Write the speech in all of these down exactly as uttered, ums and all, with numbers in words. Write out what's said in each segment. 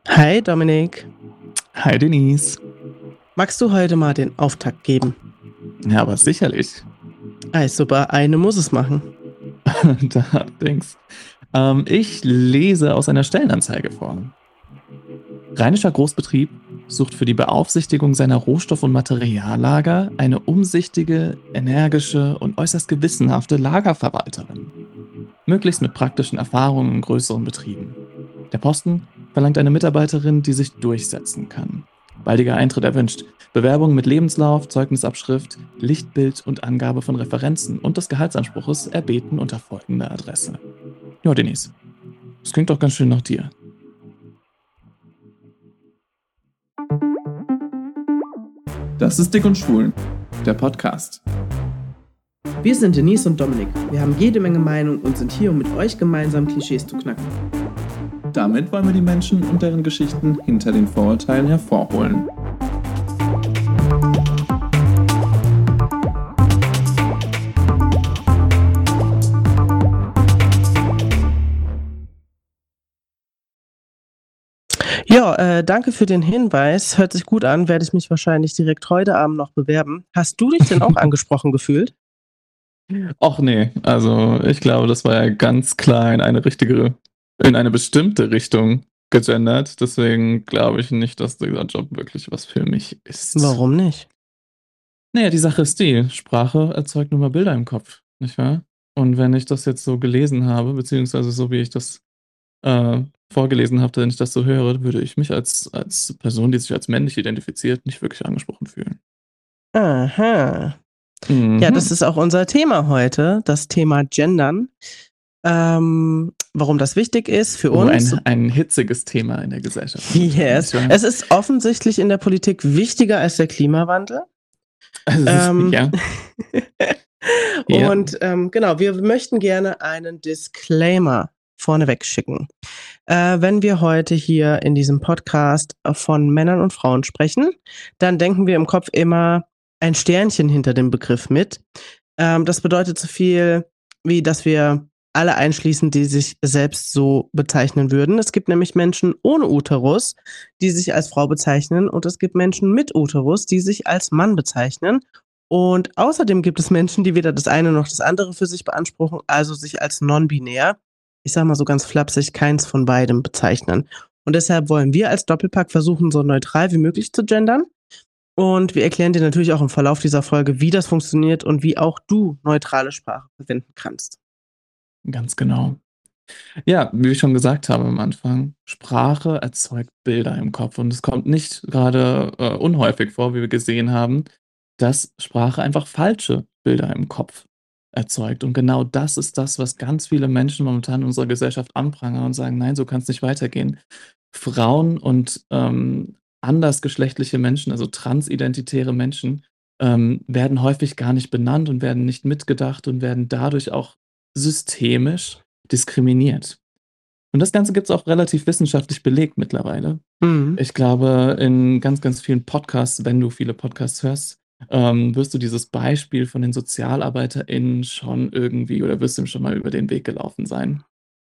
Hi Dominik, Hi Denise. magst du heute mal den Auftakt geben? Ja, aber sicherlich. Ah, super, eine muss es machen. Da denkst. Ähm, ich lese aus einer Stellenanzeige vor. Rheinischer Großbetrieb sucht für die Beaufsichtigung seiner Rohstoff- und Materiallager eine umsichtige, energische und äußerst gewissenhafte Lagerverwalterin. Möglichst mit praktischen Erfahrungen in größeren Betrieben. Der Posten verlangt eine Mitarbeiterin, die sich durchsetzen kann. Baldiger Eintritt erwünscht. Bewerbung mit Lebenslauf, Zeugnisabschrift, Lichtbild und Angabe von Referenzen und des Gehaltsanspruches erbeten unter folgender Adresse. Ja, Denise, das klingt doch ganz schön nach dir. Das ist Dick und Schwul, der Podcast. Wir sind Denise und Dominik. Wir haben jede Menge Meinung und sind hier, um mit euch gemeinsam Klischees zu knacken. Damit wollen wir die Menschen und deren Geschichten hinter den Vorurteilen hervorholen. Ja, äh, danke für den Hinweis. Hört sich gut an, werde ich mich wahrscheinlich direkt heute Abend noch bewerben. Hast du dich denn auch angesprochen gefühlt? Och nee, also ich glaube, das war ja ganz klar in eine richtige, in eine bestimmte Richtung gegendert. Deswegen glaube ich nicht, dass dieser Job wirklich was für mich ist. Warum nicht? Naja, die Sache ist die, Sprache erzeugt nun mal Bilder im Kopf, nicht wahr? Und wenn ich das jetzt so gelesen habe, beziehungsweise so wie ich das äh, vorgelesen habe, wenn ich das so höre, würde ich mich als, als Person, die sich als männlich identifiziert, nicht wirklich angesprochen fühlen. Aha. Mhm. Ja, das ist auch unser Thema heute, das Thema Gendern. Ähm, warum das wichtig ist für Oh, uns. ein, ein hitziges Thema in der Gesellschaft. Yes. Es ist offensichtlich in der Politik wichtiger als der Klimawandel. Also, Ähm, ja. Und ähm, genau, wir möchten gerne einen Disclaimer vorneweg schicken. Äh, wenn wir heute hier in diesem Podcast von Männern und Frauen sprechen, dann denken wir im Kopf immer ein Sternchen hinter dem Begriff mit. Ähm, das bedeutet so viel, wie dass wir alle einschließen, die sich selbst so bezeichnen würden. Es gibt nämlich Menschen ohne Uterus, die sich als Frau bezeichnen, und es gibt Menschen mit Uterus, die sich als Mann bezeichnen. Und außerdem gibt es Menschen, die weder das eine noch das andere für sich beanspruchen, also sich als non-binär, ich sag mal so ganz flapsig, keins von beidem bezeichnen. Und deshalb wollen wir als Doppelpack versuchen, so neutral wie möglich zu gendern. Und wir erklären dir natürlich auch im Verlauf dieser Folge, wie das funktioniert und wie auch du neutrale Sprache verwenden kannst. Ganz genau. Ja, wie ich schon gesagt habe am Anfang, Sprache erzeugt Bilder im Kopf und es kommt nicht gerade äh, unhäufig vor, wie wir gesehen haben, dass Sprache einfach falsche Bilder im Kopf erzeugt. Und genau das ist das, was ganz viele Menschen momentan in unserer Gesellschaft anprangern und sagen, nein, so kann es nicht weitergehen. Frauen und ähm, andersgeschlechtliche Menschen, also transidentitäre Menschen, ähm, werden häufig gar nicht benannt und werden nicht mitgedacht und werden dadurch auch systemisch diskriminiert. Und das Ganze gibt es auch relativ wissenschaftlich belegt mittlerweile. Mhm. Ich glaube, in ganz, ganz vielen Podcasts, wenn du viele Podcasts hörst, ähm, wirst du dieses Beispiel von den SozialarbeiterInnen schon irgendwie oder wirst ihm schon mal über den Weg gelaufen sein.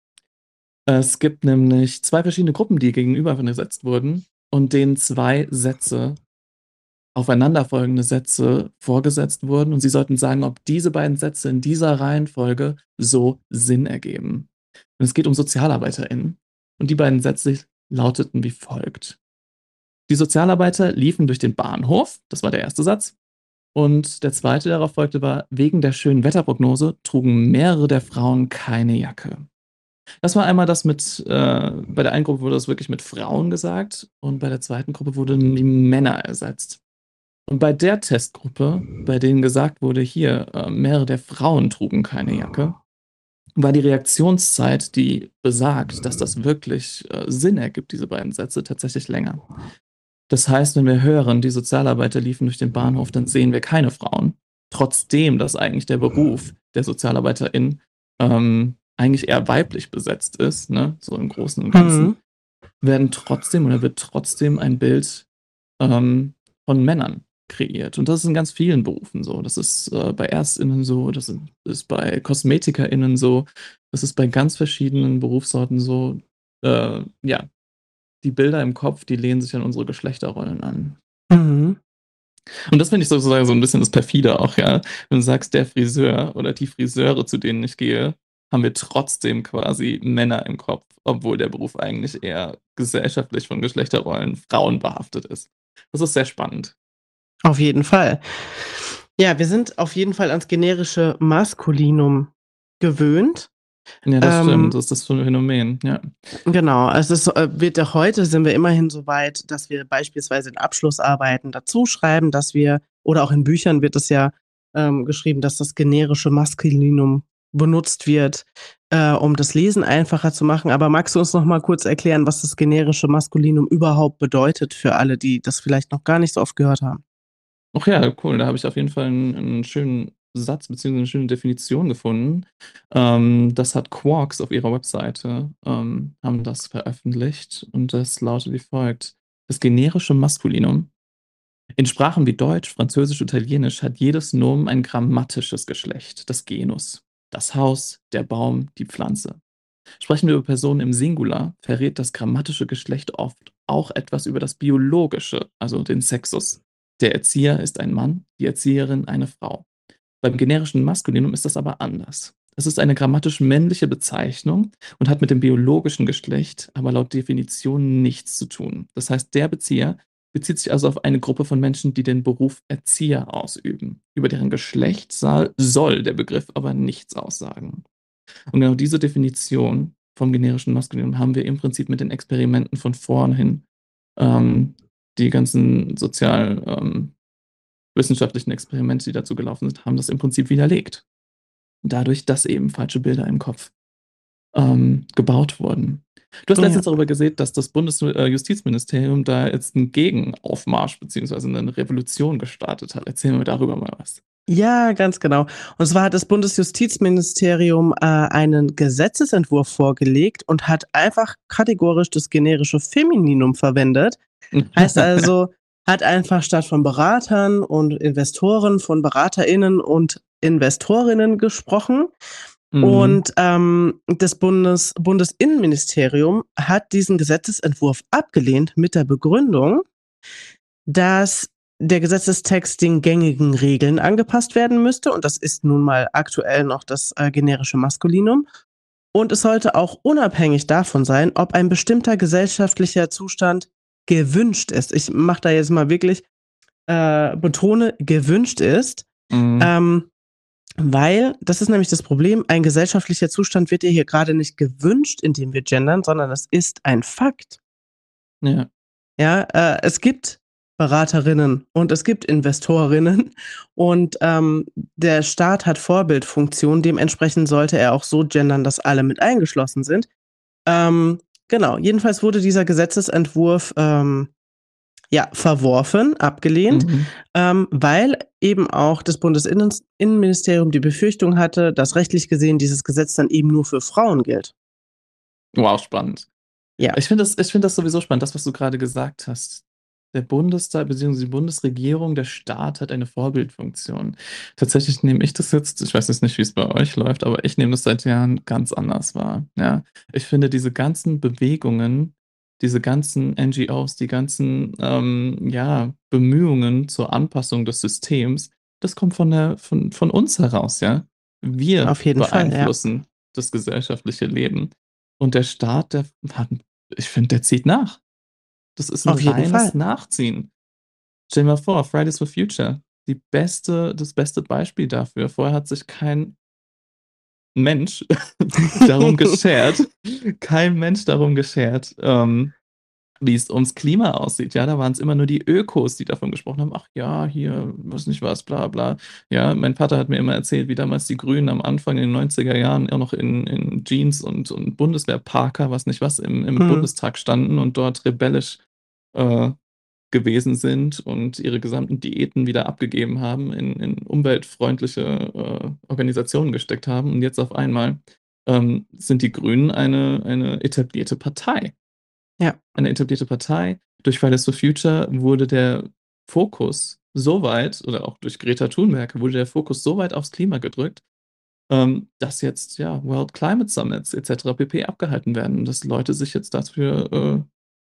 Es gibt nämlich zwei verschiedene Gruppen, die gegenübergesetzt wurden und denen zwei Sätze, aufeinanderfolgende Sätze vorgesetzt wurden und sie sollten sagen, ob diese beiden Sätze in dieser Reihenfolge so Sinn ergeben. Und es geht um SozialarbeiterInnen. Und die beiden Sätze lauteten wie folgt. Die Sozialarbeiter liefen durch den Bahnhof, das war der erste Satz. Und der zweite, der darauf folgte, war, wegen der schönen Wetterprognose trugen mehrere der Frauen keine Jacke. Das war einmal das mit, äh, bei der einen Gruppe wurde das wirklich mit Frauen gesagt und bei der zweiten Gruppe wurden die Männer ersetzt. Und bei der Testgruppe, bei denen gesagt wurde, hier, äh, mehrere der Frauen trugen keine Jacke, war die Reaktionszeit, die besagt, dass das wirklich äh, Sinn ergibt, diese beiden Sätze, tatsächlich länger. Das heißt, wenn wir hören, die Sozialarbeiter liefen durch den Bahnhof, dann sehen wir keine Frauen. Trotzdem, dass eigentlich der Beruf der SozialarbeiterInnen ähm, eigentlich eher weiblich besetzt ist, ne, so im Großen und Ganzen, Mhm. werden trotzdem oder wird trotzdem ein Bild ähm, von Männern kreiert. Und das ist in ganz vielen Berufen so. Das ist äh, bei ÄrztInnen so, das ist bei KosmetikerInnen so, das ist bei ganz verschiedenen Berufssorten so. Äh, ja, die Bilder im Kopf, die lehnen sich an unsere Geschlechterrollen an. Mhm. Und das finde ich sozusagen so 'n bisschen das Perfide auch, ja. Wenn du sagst, der Friseur oder die Friseure, zu denen ich gehe, haben wir trotzdem quasi Männer im Kopf, obwohl der Beruf eigentlich eher gesellschaftlich von Geschlechterrollen frauenbehaftet ist. Das ist sehr spannend. Auf jeden Fall. Ja, wir sind auf jeden Fall ans generische Maskulinum gewöhnt. Ja, das stimmt. Ähm Das ist das Phänomen, ja. Genau, also es äh, wird ja heute sind wir immerhin so weit, dass wir beispielsweise in Abschlussarbeiten dazu schreiben, dass wir oder auch in Büchern wird es ja, ähm, geschrieben, dass das generische Maskulinum benutzt wird, äh, um das Lesen einfacher zu machen. Aber magst du uns noch mal kurz erklären, was das generische Maskulinum überhaupt bedeutet für alle, die das vielleicht noch gar nicht so oft gehört haben? Ach ja, cool, da habe ich auf jeden Fall 'n 'n schönen Satz beziehungsweise 'ne schöne Definition gefunden. Ähm, das hat Quarks auf ihrer Webseite ähm, haben das veröffentlicht und das lautet wie folgt: „Das generische Maskulinum in Sprachen wie Deutsch, Französisch, Italienisch hat jedes Nomen ein grammatisches Geschlecht, das Genus, das Haus, der Baum, die Pflanze. Sprechen wir über Personen im Singular, verrät das grammatische Geschlecht oft auch etwas über das Biologische, also den Sexus. Der Erzieher ist ein Mann, die Erzieherin eine Frau. Beim generischen Maskulinum ist das aber anders. Es ist eine grammatisch männliche Bezeichnung und hat mit dem biologischen Geschlecht aber laut Definition nichts zu tun. Das heißt, der Bezieher bezieht sich also auf eine Gruppe von Menschen, die den Beruf Erzieher ausüben. Über deren Geschlecht sal soll der Begriff aber nichts aussagen. Und genau diese Definition vom generischen Maskulinum haben wir im Prinzip mit den Experimenten von vorhin, ähm, die ganzen sozial ähm, wissenschaftlichen Experimente, die dazu gelaufen sind, haben das im Prinzip widerlegt. Dadurch, dass eben falsche Bilder im Kopf, ähm, gebaut wurden. Du hast Ja. letztens darüber geredet, dass das Bundes äh, Justizministerium da jetzt 'n Gegenaufmarsch beziehungsweise 'ne Revolution gestartet hat. Erzähl mir darüber mal was. Ja, ganz genau. Und zwar hat das Bundesjustizministerium, äh, einen Gesetzesentwurf vorgelegt und hat einfach kategorisch das generische Femininum verwendet. Heißt also, hat einfach statt von Beratern und Investoren von BeraterInnen und Investorinnen gesprochen. Mhm. Und, ähm, das Bundes Bundesinnenministerium hat diesen Gesetzesentwurf abgelehnt mit der Begründung, dass der Gesetzestext den gängigen Regeln angepasst werden müsste und das ist nun mal aktuell noch das, äh, generische Maskulinum. Und es sollte auch unabhängig davon sein, ob ein bestimmter gesellschaftlicher Zustand gewünscht ist. Ich mache da jetzt mal wirklich äh, betone, gewünscht ist, Mhm. ähm, weil das ist nämlich das Problem, ein gesellschaftlicher Zustand wird ja hier grade nicht gewünscht, indem wir gendern, sondern das ist ein Fakt. Ja. Ja, äh, es gibt Beraterinnen und es gibt Investorinnen und, ähm, der Staat hat Vorbildfunktion. Dementsprechend sollte er auch so gendern, dass alle mit eingeschlossen sind. Ähm, genau, jedenfalls wurde dieser Gesetzesentwurf, ähm, ja, verworfen, abgelehnt, Mhm. ähm, weil eben auch das Bundesinnens Innenministerium die Befürchtung hatte, dass rechtlich gesehen dieses Gesetz dann eben nur für Frauen gilt. Wow, spannend. Ja. Ich finde das ich finde das sowieso spannend, das, was du grade gesagt hast. Der Bundestag beziehungsweise die Bundesregierung, der Staat hat eine Vorbildfunktion. Tatsächlich nehme ich das jetzt ich weiß jetzt nicht, wie's bei euch läuft, aber ich nehme das seit Jahren ganz anders wahr, ja? Ich finde diese ganzen Bewegungen, diese ganzen NGOs, die ganzen, ähm, ja, Bemühungen zur Anpassung des Systems, das kommt von der von von uns heraus, ja? Wir Auf jeden Fall, ja. beeinflussen das gesellschaftliche Leben. Und der Staat, der hat ich finde, der zieht nach. Das ist 'n Auf jeden reines Fall. Nachziehen. Stell dir mal vor, Fridays for Future, die beste das beste Beispiel dafür. Vorher hat sich kein Mensch darum geschert kein Mensch darum geschert, ähm, wie's ums Klima aussieht. Ja, da waren's immer nur die Ökos, die davon gesprochen haben: „Ach ja, hier, weiß nicht was, bla bla.“ Ja, mein Vater hat mir immer erzählt, wie damals die Grünen am Anfang in den neunziger Jahren eher noch in in Jeans und und Bundeswehr-Parker, was nicht was, im im Mhm. Bundestag standen und dort rebellisch, äh, gewesen sind und ihre gesamten Diäten wieder abgegeben haben, in in umweltfreundliche, äh, Organisationen gesteckt haben. Und jetzt auf einmal, ähm, sind die Grünen eine eine etablierte Partei. Ja. Eine etablierte Partei. Durch Fridays for Future wurde der Fokus so weit oder auch durch Greta Thunberg wurde der Fokus so weit aufs Klima gedrückt, ähm, dass jetzt, ja, World Climate Summits et cetera pp. Abgehalten werden, dass Leute sich jetzt dafür, äh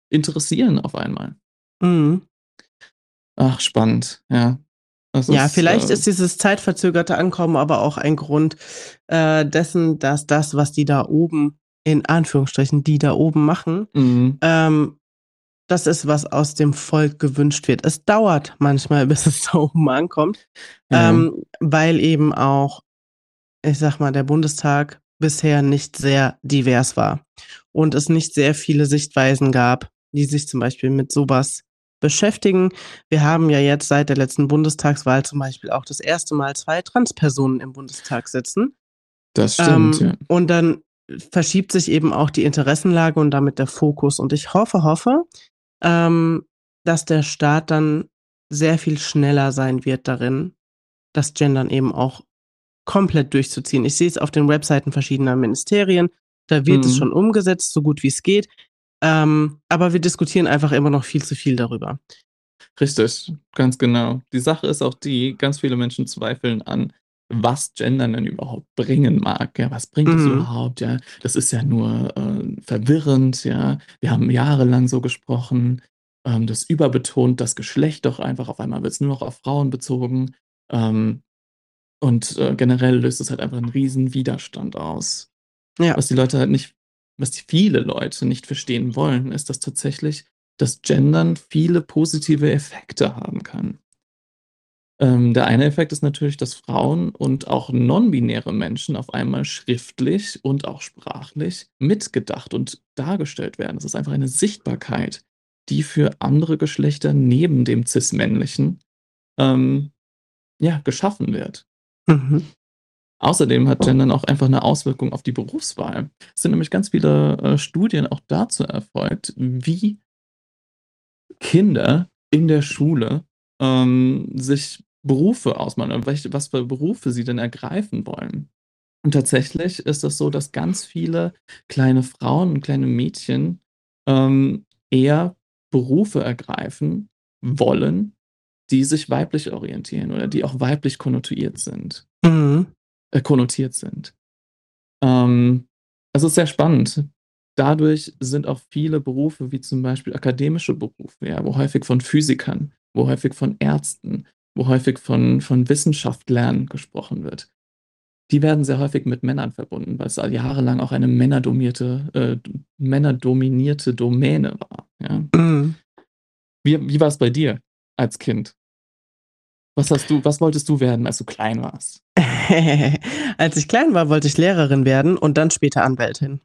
interessieren auf einmal. Mhm. Ach, spannend, ja. Das Ja, ist, vielleicht äh ist dieses zeitverzögerte Ankommen aber auch ein Grund, äh, dessen, dass das, was die da oben in Anführungsstrichen, die da oben machen, Mhm. ähm, das ist, was aus dem Volk gewünscht wird. Es dauert manchmal, bis es da oben ankommt, Ja. ähm, weil eben auch, ich sage mal, der Bundestag bisher nicht sehr divers war und es nicht sehr viele Sichtweisen gab, die sich zum Beispiel mit so was beschäftigen. Wir haben ja jetzt seit der letzten Bundestagswahl zum Beispiel auch das erste Mal zwei Transpersonen im Bundestag sitzen. Das stimmt, Ähm, ja. und dann verschiebt sich eben auch die Interessenlage und damit der Fokus. Und ich hoffe, hoffe, ähm, dass der Staat dann sehr viel schneller sein wird darin, das Gendern eben auch komplett durchzuziehen. Ich sehe es auf den Webseiten verschiedener Ministerien, da wird es Mhm. schon umgesetzt, so gut wie es geht. Ähm, aber wir diskutieren einfach immer noch viel zu viel darüber. Richtig, ganz genau. Die Sache ist auch die, ganz viele Menschen zweifeln an, was Gendern denn überhaupt bringen mag. Ja, was bringt es Mhm. überhaupt? Ja, das ist ja nur, äh, verwirrend, ja. Wir haben jahrelang so gesprochen, ähm, das überbetont das Geschlecht doch einfach. Auf einmal wird es nur noch auf Frauen bezogen. Ähm, und, äh, generell löst es halt einfach 'n riesen Widerstand aus. Ja. Was die Leute halt nicht was die viele Leute nicht verstehen wollen, ist, dass tatsächlich das Gendern viele positive Effekte haben kann. Ähm, der eine Effekt ist natürlich, dass Frauen und auch non-binäre Menschen auf einmal schriftlich und auch sprachlich mitgedacht und dargestellt werden. Das ist einfach eine Sichtbarkeit, die für andere Geschlechter neben dem cis-männlichen, ähm, ja, geschaffen wird. Mhm. Außerdem hat Gendern auch einfach 'ne Auswirkung auf die Berufswahl. Es sind nämlich ganz viele, äh, Studien auch dazu erfolgt, wie Kinder in der Schule, ähm, sich Berufe ausmalen oder welche was für Berufe sie denn ergreifen wollen. Und tatsächlich ist das so, dass ganz viele kleine Frauen und kleine Mädchen, ähm, eher Berufe ergreifen wollen, die sich weiblich orientieren oder die auch weiblich konnotuiert sind Mhm. äh, konnotiert sind. Ähm, es ist sehr spannend. Dadurch sind auch viele Berufe, wie zum Beispiel akademische Berufe, ja, wo häufig von Physikern, wo häufig von Ärzten, wo häufig von von Wissenschaftlern gesprochen wird. Die werden sehr häufig mit Männern verbunden, weil's da jahrelang auch eine männerdominierte äh, d männerdominierte Domäne war, ja. Mhm. Wie wie war's bei dir als Kind? Was hast du was wolltest du werden, als du klein warst? Als ich klein war, wollte ich Lehrerin werden und dann später Anwältin.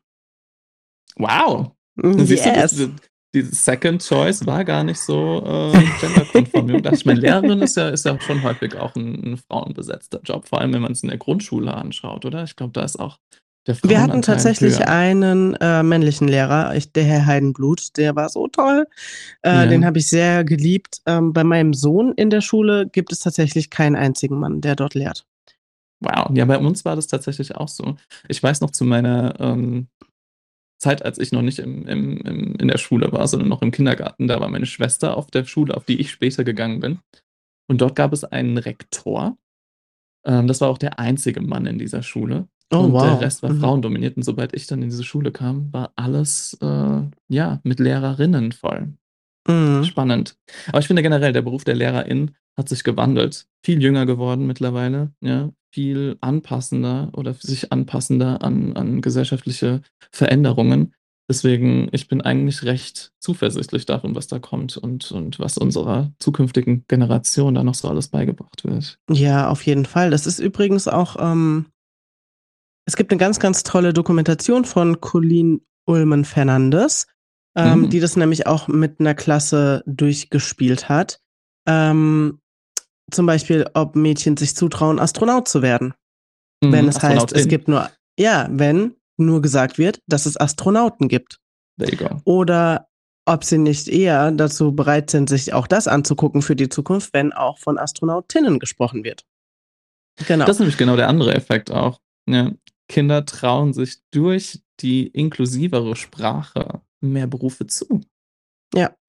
Wow. Hm, Siehst du, das yes. d dieses Second Choice war gar nicht so, äh, genderkonform. Da ich meine, Lehrerin ist ja ist ja schon häufig auch 'n 'n frauenbesetzter Job, vor allem, wenn man's in der Grundschule anschaut, oder? Ich glaube, da ist auch der Wir hatten Frauenanteil tatsächlich höher. einen, äh, männlichen Lehrer, ich der Herr Heidenblut, der war so toll. Äh, den Ja. habe ich sehr geliebt. Ähm, bei meinem Sohn in der Schule gibt es tatsächlich keinen einzigen Mann, der dort lehrt. Wow. Ja, bei uns war das tatsächlich auch so. Ich weiß noch zu meiner, ähm, Zeit, als ich noch nicht im im im in der Schule war, sondern noch im Kindergarten, da war meine Schwester auf der Schule, auf die ich später gegangen bin. Und dort gab es einen Rektor. Ähm, das war auch der einzige Mann in dieser Schule Oh, und der wow. Rest war Mhm. frauendominiert. Und sobald ich dann in diese Schule kam, war alles, äh, ja, mit Lehrerinnen voll. Mhm. Spannend. Aber ich finde generell, der Beruf der Lehrerin hat sich gewandelt. Viel jünger geworden mittlerweile, ja, viel anpassender oder sich anpassender an an gesellschaftliche Veränderungen. Deswegen, ich bin eigentlich recht zuversichtlich darin, was da kommt und und was unserer zukünftigen Generation da noch so alles beigebracht wird. Ja, auf jeden Fall. Das ist übrigens auch, ähm es gibt 'ne ganz, ganz tolle Dokumentation von Colleen Ullmann-Fernandes, ähm, Mhm. die das nämlich auch mit 'ner Klasse durchgespielt hat. Ähm, zum Beispiel, ob Mädchen sich zutrauen, Astronaut zu werden. Wenn Mhm, es heißt, es Astronautin. gibt nur ja, wenn nur gesagt wird, dass es Astronauten gibt. There you go. Oder ob sie nicht eher dazu bereit sind, sich auch das anzugucken für die Zukunft, wenn auch von Astronautinnen gesprochen wird. Genau. Das ist nämlich genau der andere Effekt auch, ja. Kinder trauen sich durch die inklusivere Sprache mehr Berufe zu. Ja.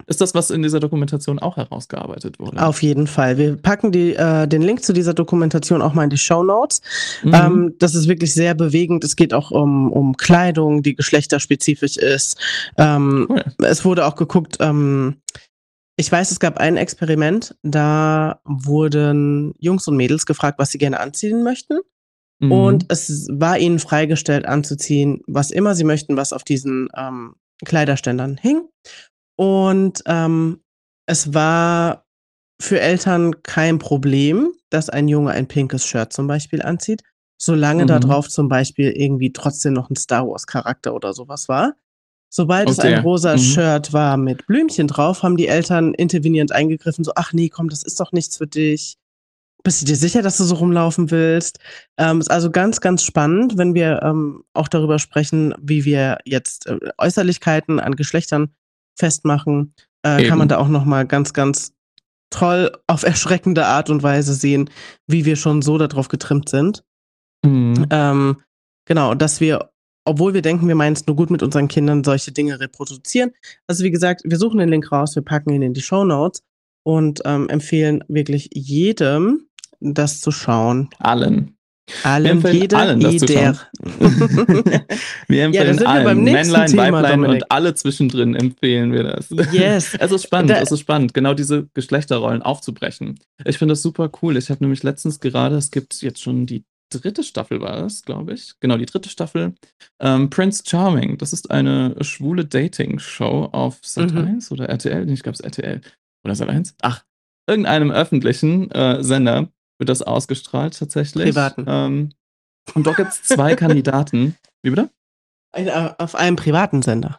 Ist das, was in dieser Dokumentation auch herausgearbeitet wurde? Auf jeden Fall. Wir packen die, äh, den Link zu dieser Dokumentation auch mal in die Shownotes. Mhm. Ähm, das ist wirklich sehr bewegend. Es geht auch um, um Kleidung, die geschlechterspezifisch ist. Ähm, Cool. es wurde auch geguckt, ähm, ich weiß, es gab ein Experiment, da wurden Jungs und Mädels gefragt, was sie gerne anziehen möchten. Und Mhm. es war ihnen freigestellt anzuziehen, was immer sie möchten, was auf diesen ähm, Kleiderständern hing. Und ähm, es war für Eltern kein Problem, dass ein Junge ein pinkes Shirt zum Beispiel anzieht, solange da Mhm. drauf zum Beispiel irgendwie trotzdem noch ein Star-Wars-Charakter oder sowas war. Sobald Oh es ein dear. rosa Mhm. Shirt war mit Blümchen drauf, haben die Eltern intervenierend eingegriffen, so: „Ach nee, komm, das ist doch nichts für dich. Bist du dir sicher, dass du so rumlaufen willst?“ Ähm, ist also ganz, ganz spannend, wenn wir, ähm, auch darüber sprechen, wie wir jetzt, äh, Äußerlichkeiten an Geschlechtern festmachen, äh, kann man Eben. da auch noch mal ganz, ganz toll auf erschreckende Art und Weise sehen, wie wir schon so da drauf getrimmt sind. Mhm. Ähm, genau, dass wir, obwohl wir denken, wir meinen's nur gut mit unseren Kindern, solche Dinge reproduzieren. Also, wie gesagt, wir suchen den Link raus, wir packen ihn in die Shownotes und, ähm, empfehlen wirklich jedem, das zu schauen. Allen. Wir Allen, empfehlen jede, allen, das zu jeder. schauen. Wir Ja, da empfehlen sind wir beim allen, nächsten Männlein, Thema, Weiblein Dominik. und alle zwischendrin empfehlen wir das. Yes. Es ist spannend, Da es ist spannend, genau diese Geschlechterrollen aufzubrechen. Ich finde das super cool. Ich habe nämlich letztens gerade es gibt jetzt schon die dritte Staffel war das, glaube ich. Genau, die dritte Staffel, ähm, Prince Charming. Das ist eine schwule Dating-Show auf Sat mhm. eins oder R T L? Ne, ich glaube, es ist R T L. Oder Sat eins? Ach, irgendeinem öffentlichen, äh, Sender wird das ausgestrahlt tatsächlich. Privaten. Ähm, und dort gibt's zwei Kandidaten. Wie bitte? Ein äh, auf einem privaten Sender.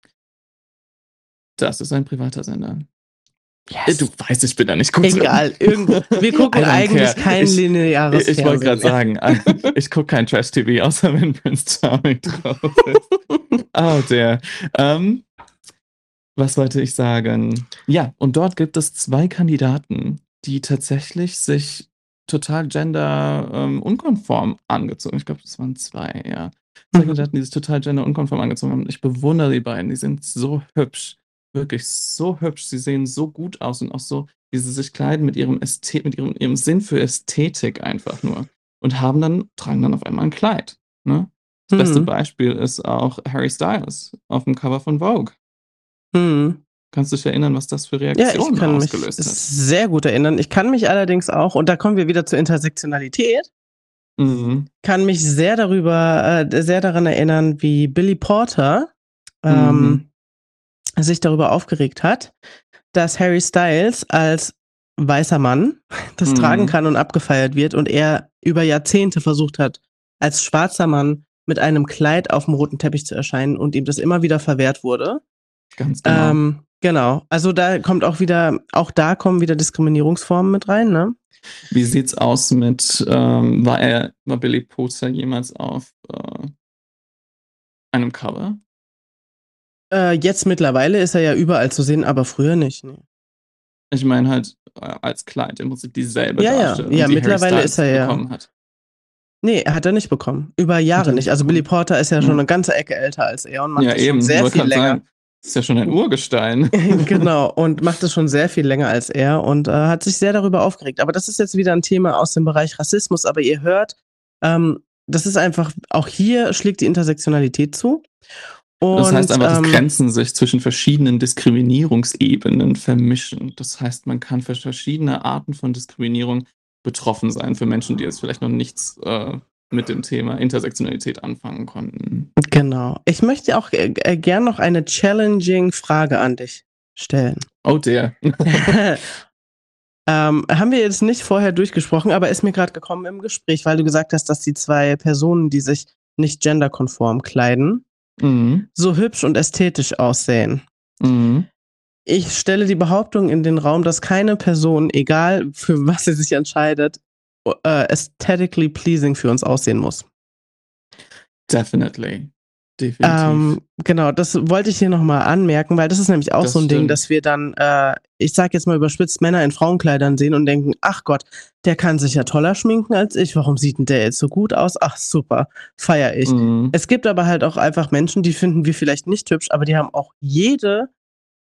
Das ist ein privater Sender. Äh, du Yes. weißt, ich bin da nicht gut drin. Egal, irgendwo. Wir I gucken don't care. eigentlich kein Ich lineares ich wollte Fernsehen grad mehr. sagen, ich gucke kein Trash-T V, außer wenn Prince Charming drauf ist. Oh dear. Ähm, was wollte ich sagen? Ja, und dort gibt es zwei Kandidaten, die tatsächlich sich total gender ähm, unkonform angezogen ich glaube, das waren zwei, ja. zwei Mhm. Kandidaten, die sich total gender unkonform angezogen haben. Ich bewundere die beiden, die sind so hübsch. Wirklich so hübsch. Sie sehen so gut aus und auch so, wie sie sich kleiden mit ihrem Ästhet mit ihrem ihrem Sinn für Ästhetik einfach nur. Und haben dann tragen dann auf einmal ein Kleid, ne? Das beste Mhm. Beispiel ist auch Harry Styles auf'm Cover von Vogue. Mhm. Kannst dich erinnern, was das für Ja, ich Reaktionen kann mich ausgelöst hat? sehr gut erinnern. Ich kann mich allerdings auch und da kommen wir wieder zur Intersektionalität Mhm. kann mich sehr darüber äh, sehr daran erinnern, wie Billy Porter, Mhm. ähm, sich darüber aufgeregt hat, dass Harry Styles als weißer Mann das tragen Mhm. kann und abgefeiert wird und er über Jahrzehnte versucht hat, als schwarzer Mann mit einem Kleid auf'm roten Teppich zu erscheinen und ihm das immer wieder verwehrt wurde. Ganz genau. Ähm, genau. Also, da kommt auch wieder auch da kommen wieder Diskriminierungsformen mit rein, ne? Wie sieht's aus mit, ähm war er war Billy Porter jemals auf, äh einem Cover? Äh, jetzt mittlerweile ist er ja überall zu sehen, aber früher nicht, ne. Ich meine halt, äh, als Kleid im Prinzip dieselbe Ja, ja. Darstellung, Ja, die Harry mittlerweile ist Styles er ja bekommen hat. Ne, hat er nicht bekommen. Über Hat Jahre er nicht. nicht Also, Billy bekommen? Porter ist ja schon Ja. 'ne ganze Ecke älter als er und macht Ja das schon eben, sehr wollte viel grad länger. sagen, ist ja schon ein Urgestein. Genau, und macht das schon sehr viel länger als er und, äh, hat sich sehr darüber aufgeregt. Aber das ist jetzt wieder 'n Thema aus dem Bereich Rassismus, aber ihr hört, ähm, das ist einfach auch hier schlägt die Intersektionalität zu Das heißt und, einfach, dass ähm Grenzen sich zwischen verschiedenen Diskriminierungsebenen vermischen. Das heißt, man kann für verschiedene Arten von Diskriminierung betroffen sein, für Menschen, die jetzt vielleicht noch nichts, äh, mit dem Thema Intersektionalität anfangen konnten. Genau. Ich möchte auch, äh, g äh, gern noch eine challenging Frage an dich stellen. Oh dear. Ähm, haben wir jetzt nicht vorher durchgesprochen, aber ist mir grad gekommen im Gespräch, weil du gesagt hast, dass die zwei Personen, die sich nicht genderkonform kleiden, Mhm. so hübsch und ästhetisch aussehen. Mhm. Ich stelle die Behauptung in den Raum, dass keine Person, egal für was sie sich entscheidet, o äh, aesthetically pleasing für uns aussehen muss. Definitely. Definitiv. Ähm, genau, das wollte ich hier noch mal anmerken, weil das ist nämlich auch so Das 'n Ding, stimmt. dass wir dann, äh, ich sage jetzt mal überspitzt, Männer in Frauenkleidern sehen und denken: „Ach Gott, der kann sich ja toller schminken als ich. Warum sieht 'n der jetzt so gut aus? Ach super, feiere ich.“ Mhm. Es gibt aber halt auch einfach Menschen, die finden wir vielleicht nicht hübsch, aber die haben auch jede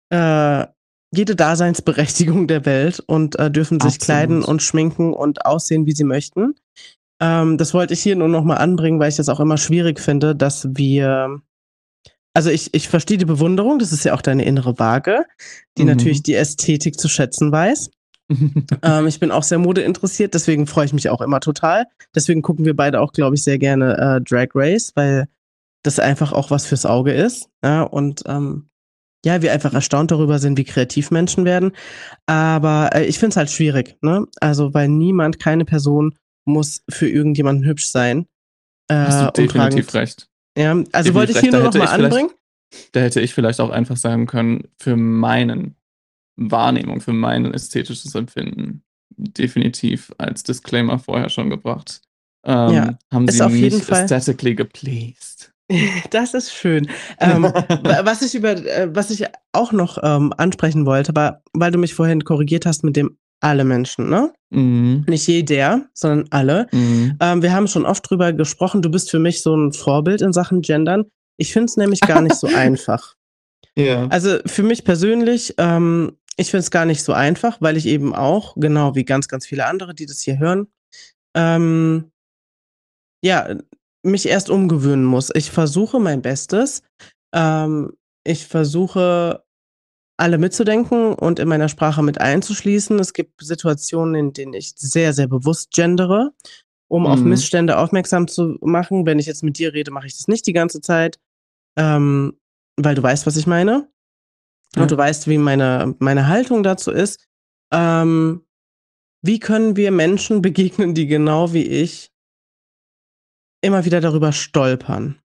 äh, jede Daseinsberechtigung der Welt und, äh, dürfen sich kleiden Absolut. und schminken und aussehen, wie sie möchten. Ähm, das wollte ich hier nur noch mal anbringen, weil ich das auch immer schwierig finde, dass wir also, ich ich verstehe die Bewunderung, das ist ja auch deine innere Waage, die natürlich Mhm. die Ästhetik zu schätzen weiß. Ähm, ich bin auch sehr modeinteressiert, deswegen freue ich mich auch immer total. Deswegen gucken wir beide auch, glaube ich, sehr gerne, äh, Drag Race, weil das einfach auch was fürs Auge ist, ja, und, ähm, ja, wir einfach erstaunt darüber sind, wie kreativ Menschen werden. Aber, äh, ich finde es halt schwierig, ne? Also, weil niemand keine Person muss für irgendjemanden hübsch sein, Hast du äh, definitiv umtragend. recht. Ja, also, wollte Definitiv ich hier recht. Da nur noch hätte mal ich vielleicht anbringen. da hätte ich vielleicht auch einfach sagen können, für meinen Wahrnehmung, für mein ästhetisches Empfinden definitiv als Disclaimer vorher schon gebracht, Ja, ähm, haben ist sie auf jeden nicht Fall aesthetically gepleased. Das ist schön. Ähm, wa was ich über äh, was ich auch noch, ähm, ansprechen wollte, war, weil du mich vorhin korrigiert hast mit dem alle Menschen, ne? Mhm. Nicht jeder, sondern alle. Mhm. Ähm, wir haben schon oft drüber gesprochen, du bist für mich so 'n Vorbild in Sachen Gendern. Ich finde es nämlich gar nicht so einfach. Ja. Also, für mich persönlich, ähm, ich finde es gar nicht so einfach, weil ich eben auch, genau wie ganz, ganz viele andere, die das hier hören, ähm ja, mich erst umgewöhnen muss. Ich versuche mein Bestes. Ähm, ich versuche, alle mitzudenken und in meiner Sprache mit einzuschließen. Es gibt Situationen, in denen ich sehr, sehr bewusst gendere, um auf Mhm. Missstände aufmerksam zu machen. Wenn ich jetzt mit dir rede, mache ich das nicht die ganze Zeit, ähm, weil du weißt, was ich meine. Und du Ja. weißt, wie meine meine Haltung dazu ist. Ähm, wie können wir Menschen begegnen, die genau wie ich immer wieder darüber stolpern?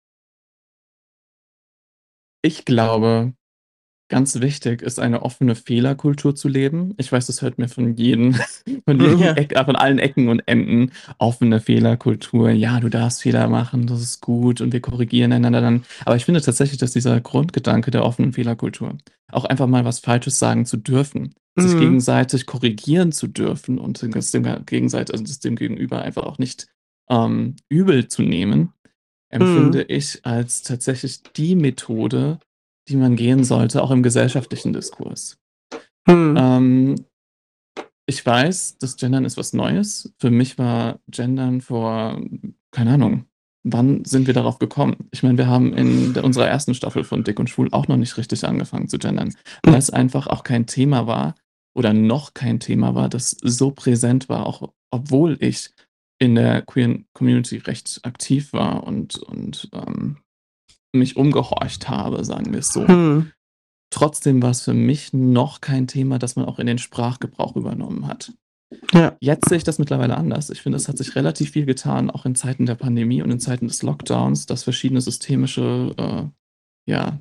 Ich glaube, ganz wichtig ist eine offene Fehlerkultur zu leben. Ich weiß, das hört mir von jedem von Hm, jedem ja. Eck von allen Ecken und Enden. Offene Fehlerkultur. Ja, du darfst Fehler machen, das ist gut und wir korrigieren einander dann. Aber ich finde tatsächlich, dass dieser Grundgedanke der offenen Fehlerkultur, auch einfach mal was Falsches sagen zu dürfen, sich Mhm. gegenseitig korrigieren zu dürfen und das dem gegenseit also, das dem Gegenüber einfach auch nicht, ähm, übel zu nehmen, empfinde Mhm. ich als tatsächlich die Methode, die man gehen sollte, auch im gesellschaftlichen Diskurs. Mhm. Ähm, ich weiß, das Gendern ist was Neues. Für mich war Gendern vor keine Ahnung, wann sind wir darauf gekommen? Ich meine, wir haben in der unserer ersten Staffel von Dick und Schwul auch noch nicht richtig angefangen zu gendern, weil Hm. es einfach auch kein Thema war oder noch kein Thema war, das so präsent war, auch obwohl ich in der queeren Community recht aktiv war und und, ähm, mich umgehorcht habe, sagen wir es so. Mhm. Trotzdem war's für mich noch kein Thema, das man auch in den Sprachgebrauch übernommen hat. Ja. Jetzt sehe ich das mittlerweile anders. Ich finde, es hat sich relativ viel getan, auch in Zeiten der Pandemie und in Zeiten des Lockdowns, dass verschiedene systemische, äh, ja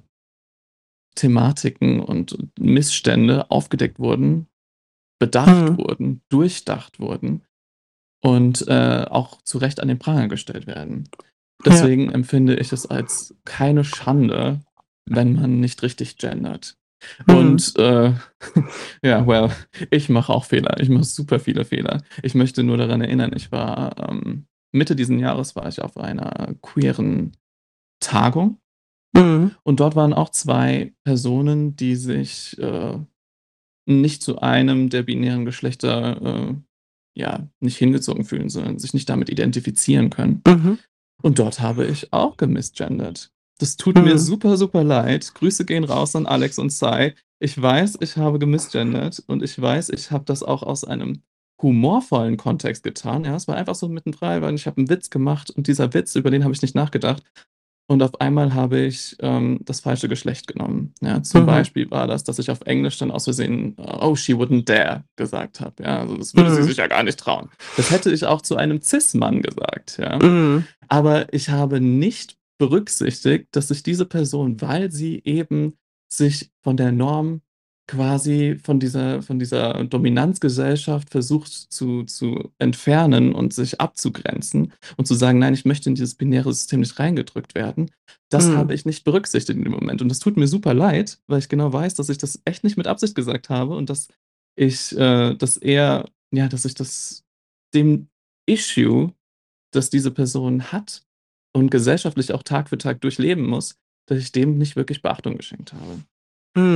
Thematiken und Missstände aufgedeckt wurden, bedacht Mhm. wurden, durchdacht wurden und, äh, auch zu Recht an den Pranger gestellt werden. Ja. Deswegen empfinde ich es als keine Schande, wenn man nicht richtig gendert. Mhm. Und, äh, ja, well, ich mache auch Fehler. Ich mache super viele Fehler. Ich möchte nur daran erinnern, ich war, ähm Mitte diesen Jahres war ich auf einer queeren Tagung Mhm. und dort waren auch zwei Personen, die sich, äh, nicht zu einem der binären Geschlechter, äh, ja, nicht hingezogen fühlen, sondern sich nicht damit identifizieren können. Mhm. Und dort habe ich auch gemisgendert. Das tut mir Mhm. super, super leid. Grüße gehen raus an Alex und Sai. Ich weiß, ich habe gemisgendert und ich weiß, ich habe das auch aus einem humorvollen Kontext getan. Ja, es war einfach so mitten frei, weil ich habe 'n Witz gemacht und dieser Witz, über den habe ich nicht nachgedacht. Und auf einmal habe ich, ähm, das falsche Geschlecht genommen. Ja, zum Mhm. Beispiel war das, dass ich auf Englisch dann aus Versehen, „Oh, she wouldn't dare“ gesagt habe, ja? Also, das würde sie Mhm. sich ja gar nicht trauen. Das hätte ich auch zu einem Cis-Mann gesagt, ja? Mhm. Aber ich habe nicht berücksichtigt, dass sich diese Person, weil sie eben sich von der Norm quasi von dieser von dieser Dominanzgesellschaft versucht zu zu entfernen und sich abzugrenzen und zu sagen: „Nein, ich möchte in dieses binäre System nicht reingedrückt werden.“ Das habe Mhm. ich nicht berücksichtigt in dem Moment. Und das tut mir super leid, weil ich genau weiß, dass ich das echt nicht mit Absicht gesagt habe und dass ich, äh, das eher ja, dass ich das dem Issue, das diese Person hat und gesellschaftlich auch Tag für Tag durchleben muss, dass ich dem nicht wirklich Beachtung geschenkt habe. Mhm. So.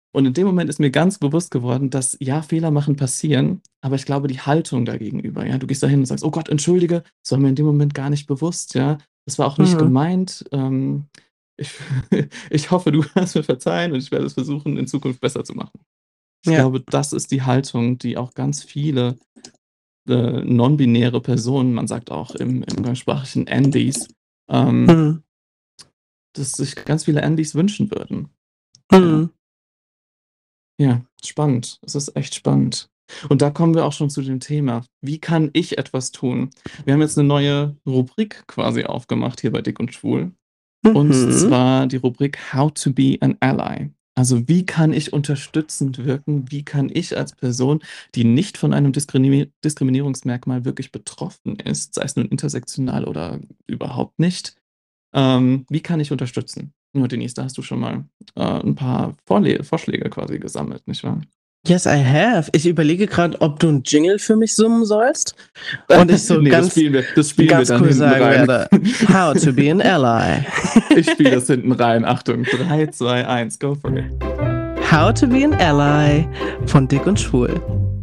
Und in dem Moment ist mir ganz bewusst geworden, dass, ja, Fehler machen passieren, aber ich glaube, die Haltung da gegenüber, ja, du gehst da hin und sagst: „Oh Gott, entschuldige, das war mir in dem Moment gar nicht bewusst, ja. Das war auch nicht Mhm. gemeint. Ähm, ich ich hoffe, du kannst mir verzeihen und ich werde es versuchen, in Zukunft besser zu machen.“ Ich Ja. glaube, das ist die Haltung, die auch ganz viele, äh, non-binäre Personen, man sagt auch im im Umgangssprachlichen Andys, ähm, Mhm. dass sich ganz viele Andys wünschen würden. Ja. Mhm. Ja, spannend. Es ist echt spannend. Und da kommen wir auch schon zu dem Thema. Wie kann ich etwas tun? Wir haben jetzt eine neue Rubrik quasi aufgemacht hier bei Dick und Schwul. Und Mhm. zwar die Rubrik „How to be an ally“. Also, wie kann ich unterstützend wirken? Wie kann ich als Person, die nicht von einem Diskrimi Diskriminierungsmerkmal wirklich betroffen ist, sei es nun intersektional oder überhaupt nicht, ähm, wie kann ich unterstützen? Nur Denise, da hast du schon mal, äh, 'n paar Vorle Vorschläge quasi gesammelt, nicht wahr? Yes, I have. Ich überlege gerade, ob du 'n Jingle für mich summen sollst und ich so Ne, das ganz spielen wir das spielen wir ganz dann cool hinten sagen rein. werde: „How to be an ally.“ Ich spiele das hinten rein. Achtung, drei, zwei, eins, go for it. „How to be an ally“ von Dick und Schwul.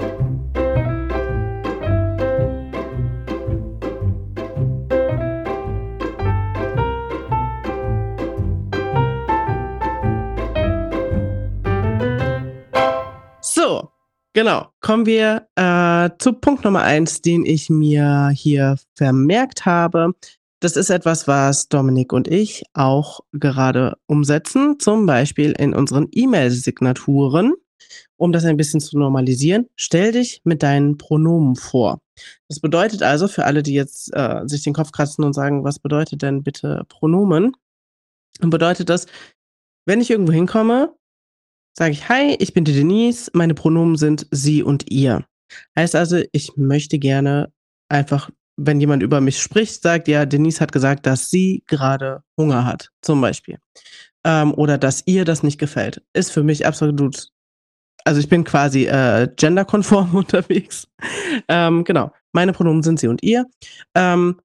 So, genau. Kommen wir, äh, zu Punkt Nummer eins, den ich mir hier vermerkt habe. Das ist etwas, was Dominik und ich auch gerade umsetzen, zum Beispiel in unseren E-Mail-Signaturen, um das ein bisschen zu normalisieren. Stell dich mit deinen Pronomen vor. Das bedeutet also für alle, die jetzt, äh, sich den Kopf kratzen und sagen: „Was bedeutet denn bitte Pronomen?“ Dann bedeutet das, wenn ich irgendwo hinkomme, sage ich: „Hi, ich bin die Denise, meine Pronomen sind sie und ihr.“ Heißt also, ich möchte gerne einfach, wenn jemand über mich spricht, sagt: „Ja, Denise hat gesagt, dass sie gerade Hunger hat“, zum Beispiel. Ähm, oder dass ihr das nicht gefällt. Ist für mich absolut, also, ich bin quasi, äh, genderkonform unterwegs. Ähm, genau. Meine Pronomen sind sie und ihr. Ähm,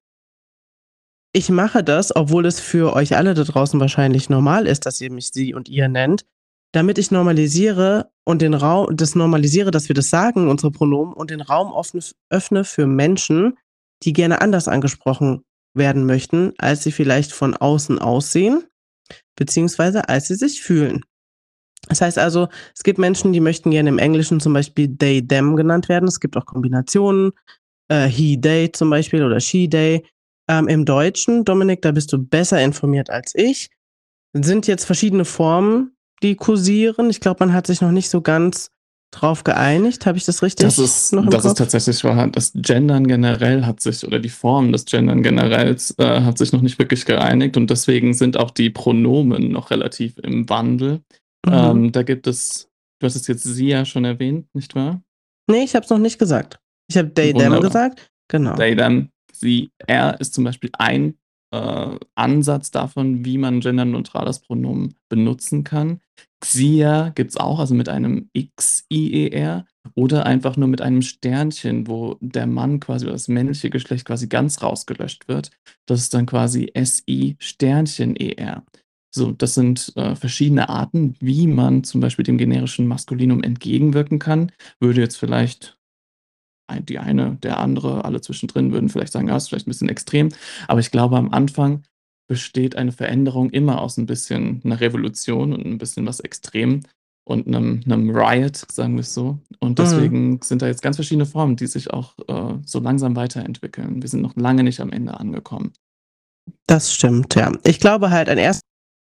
ich mache das, obwohl es für euch alle da draußen wahrscheinlich normal ist, dass ihr mich sie und ihr nennt, damit ich normalisiere und den Raum das normalisiere, dass wir das sagen, unsere Pronomen, und den Raum offne öffne für Menschen, die gerne anders angesprochen werden möchten, als sie vielleicht von außen aussehen, beziehungsweise als sie sich fühlen. Das heißt also, es gibt Menschen, die möchten gerne im Englischen zum Beispiel they, them genannt werden. Es gibt auch Kombinationen, äh, he, they zum Beispiel oder she, they. Ähm, im Deutschen, Dominik, da bist du besser informiert als ich, sind jetzt verschiedene Formen, die kursieren. Ich glaube, man hat sich noch nicht so ganz drauf geeinigt. Habe ich das Das richtig ist noch im das ist Kopf? tatsächlich wahr. Das Gendern generell hat sich oder die Form des Gendern generells, äh, hat sich noch nicht wirklich geeinigt und deswegen sind auch die Pronomen noch relativ im Wandel. Mhm. Ähm, da gibt es du hast es jetzt sie ja schon erwähnt, nicht wahr? Ne, ich habe es noch nicht gesagt. Ich habe they, them Wunderbar. gesagt. Genau. They, them, sie, er ist zum Beispiel ein, äh, Ansatz davon, wie man genderneutrales Pronomen benutzen kann. Xia gibt's auch, also mit einem X I E R oder einfach nur mit einem Sternchen, wo der Mann quasi oder das männliche Geschlecht quasi ganz rausgelöscht wird. Das ist dann quasi S I Sternchen E R. So, das sind, äh, verschiedene Arten, wie man zum Beispiel dem generischen Maskulinum entgegenwirken kann. Würde jetzt vielleicht ein die eine, der andere, alle zwischendrin würden vielleicht sagen: „Ja, ist vielleicht ein bisschen extrem.“ Aber ich glaube, am Anfang besteht eine Veränderung immer aus ein bisschen 'ner Revolution und ein bisschen was Extrem und einem 'nem Riot, sagen wir es so. Und Mhm. deswegen sind da jetzt ganz verschiedene Formen, die sich auch, äh, so langsam weiterentwickeln. Wir sind noch lange nicht am Ende angekommen. Das stimmt, ja. Ich glaube halt ein erster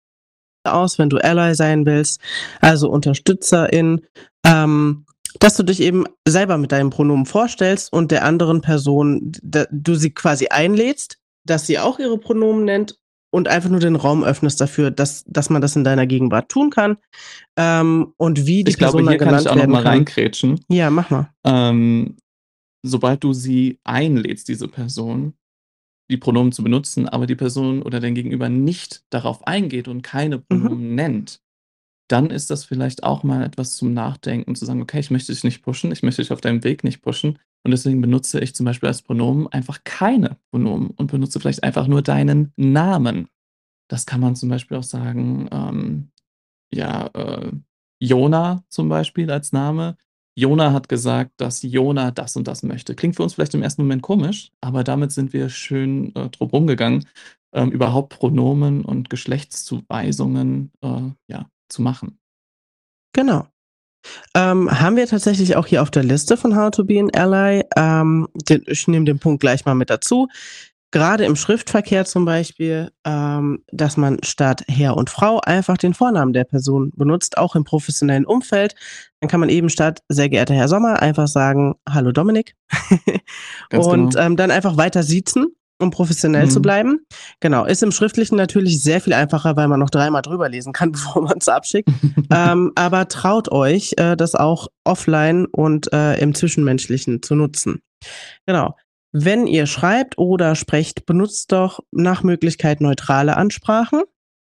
aus, wenn du Ally sein willst, also Unterstützerin, ähm, dass du dich eben selber mit deinen Pronomen vorstellst und der anderen Person d du sie quasi einlädst, dass sie auch ihre Pronomen nennt und einfach nur den Raum öffnest dafür, dass dass man das in deiner Gegenwart tun kann, ähm, und wie die Ich glaube, Person dann hier kann ich genannt auch noch werden mal kann. reingrätschen. Ja, mach mal. Ähm, Sobald du sie einlädst, diese Person, die Pronomen zu benutzen, aber die Person oder dein Gegenüber nicht darauf eingeht und keine Mhm. Pronomen nennt, dann ist das vielleicht auch mal etwas zum Nachdenken, zu sagen: „Okay, ich möchte dich nicht pushen, ich möchte dich auf deinem Weg nicht pushen und deswegen benutze ich zum Beispiel als Pronomen einfach keine Pronomen und benutze vielleicht einfach nur deinen Namen.“ Das kann man zum Beispiel auch sagen, ähm, ja, äh, Jona zum Beispiel als Name. Jona hat gesagt, dass Jona das und das möchte. Klingt für uns vielleicht im ersten Moment komisch, aber damit sind wir schön, äh, drum rumgegangen, ähm, überhaupt Pronomen und Geschlechtszuweisungen, äh, ja, zu machen. Genau. Ähm, haben wir tatsächlich auch hier auf der Liste von How to be an Ally. Ähm, den ich nehme den Punkt gleich mal mit dazu. Grade im Schriftverkehr zum Beispiel, ähm, dass man statt Herr und Frau einfach den Vornamen der Person benutzt, auch im professionellen Umfeld. Dann kann man eben statt „Sehr geehrter Herr Sommer“ einfach sagen: „Hallo Dominik.“ Ganz Und, genau. ähm, dann einfach weiter siezen, um professionell zu Mhm. bleiben. Genau, ist im Schriftlichen natürlich sehr viel einfacher, weil man noch dreimal drüber lesen kann, bevor man's abschickt. Ähm, aber traut euch, äh, das auch offline und, äh, im Zwischenmenschlichen zu nutzen. Genau. Wenn ihr schreibt oder sprecht, benutzt doch nach Möglichkeit neutrale Ansprachen.